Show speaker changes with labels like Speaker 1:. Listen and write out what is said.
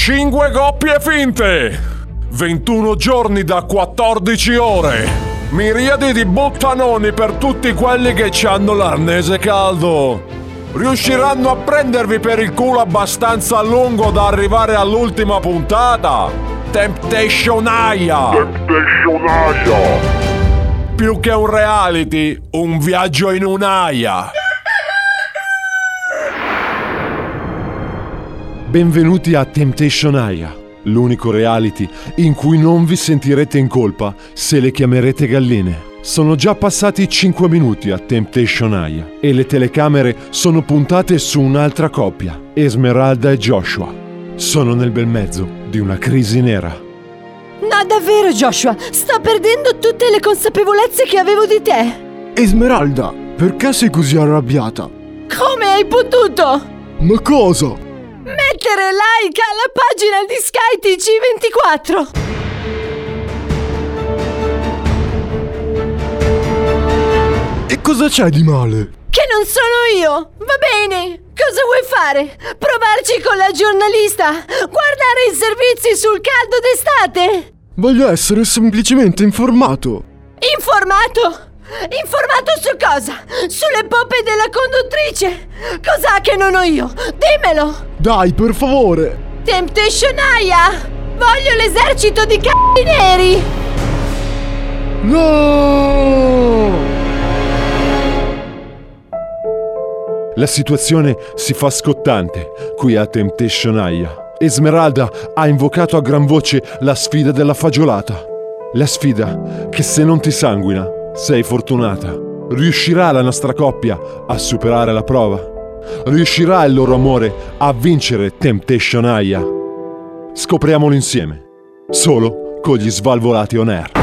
Speaker 1: 5 coppie finte, 21 giorni da 14 ore, miriadi di buttanoni per tutti quelli che c'hanno l'arnese caldo. Riusciranno a prendervi per il culo abbastanza a lungo da arrivare all'ultima puntata? Temptationaia! Più che un reality, un viaggio in un'aia.
Speaker 2: Benvenuti a Temptationaia, l'unico reality in cui non vi sentirete in colpa se le chiamerete galline. Sono già passati 5 minuti a Temptationaia e le telecamere sono puntate su un'altra coppia, Esmeralda e Joshua. Sono nel bel mezzo di una crisi nera.
Speaker 3: No, davvero, Joshua, sto perdendo tutte le consapevolezze che avevo di te.
Speaker 4: Esmeralda, perché sei così arrabbiata?
Speaker 3: Come hai potuto?
Speaker 4: Ma cosa?
Speaker 3: Mettere like alla pagina di Sky
Speaker 4: TG24. E cosa c'è di male?
Speaker 3: Che non sono io! Va bene! Cosa vuoi fare? Provarci con la giornalista? Guardare i servizi sul caldo d'estate?
Speaker 4: Voglio essere semplicemente informato.
Speaker 3: Informato? Informato su cosa? Sulle poppe della conduttrice? Cos'ha che non ho io? Dimmelo!
Speaker 4: Dai, per favore!
Speaker 3: Temptationaia! Voglio l'esercito di c***i neri!
Speaker 4: No!
Speaker 2: La situazione si fa scottante qui a Temptationaia. Esmeralda ha invocato a gran voce la sfida della fagiolata. La sfida che se non ti sanguina sei fortunata. Riuscirà la nostra coppia a superare la prova? Riuscirà il loro amore a vincere Temptationaia? Scopriamolo insieme, solo con gli Svalvolati On Air.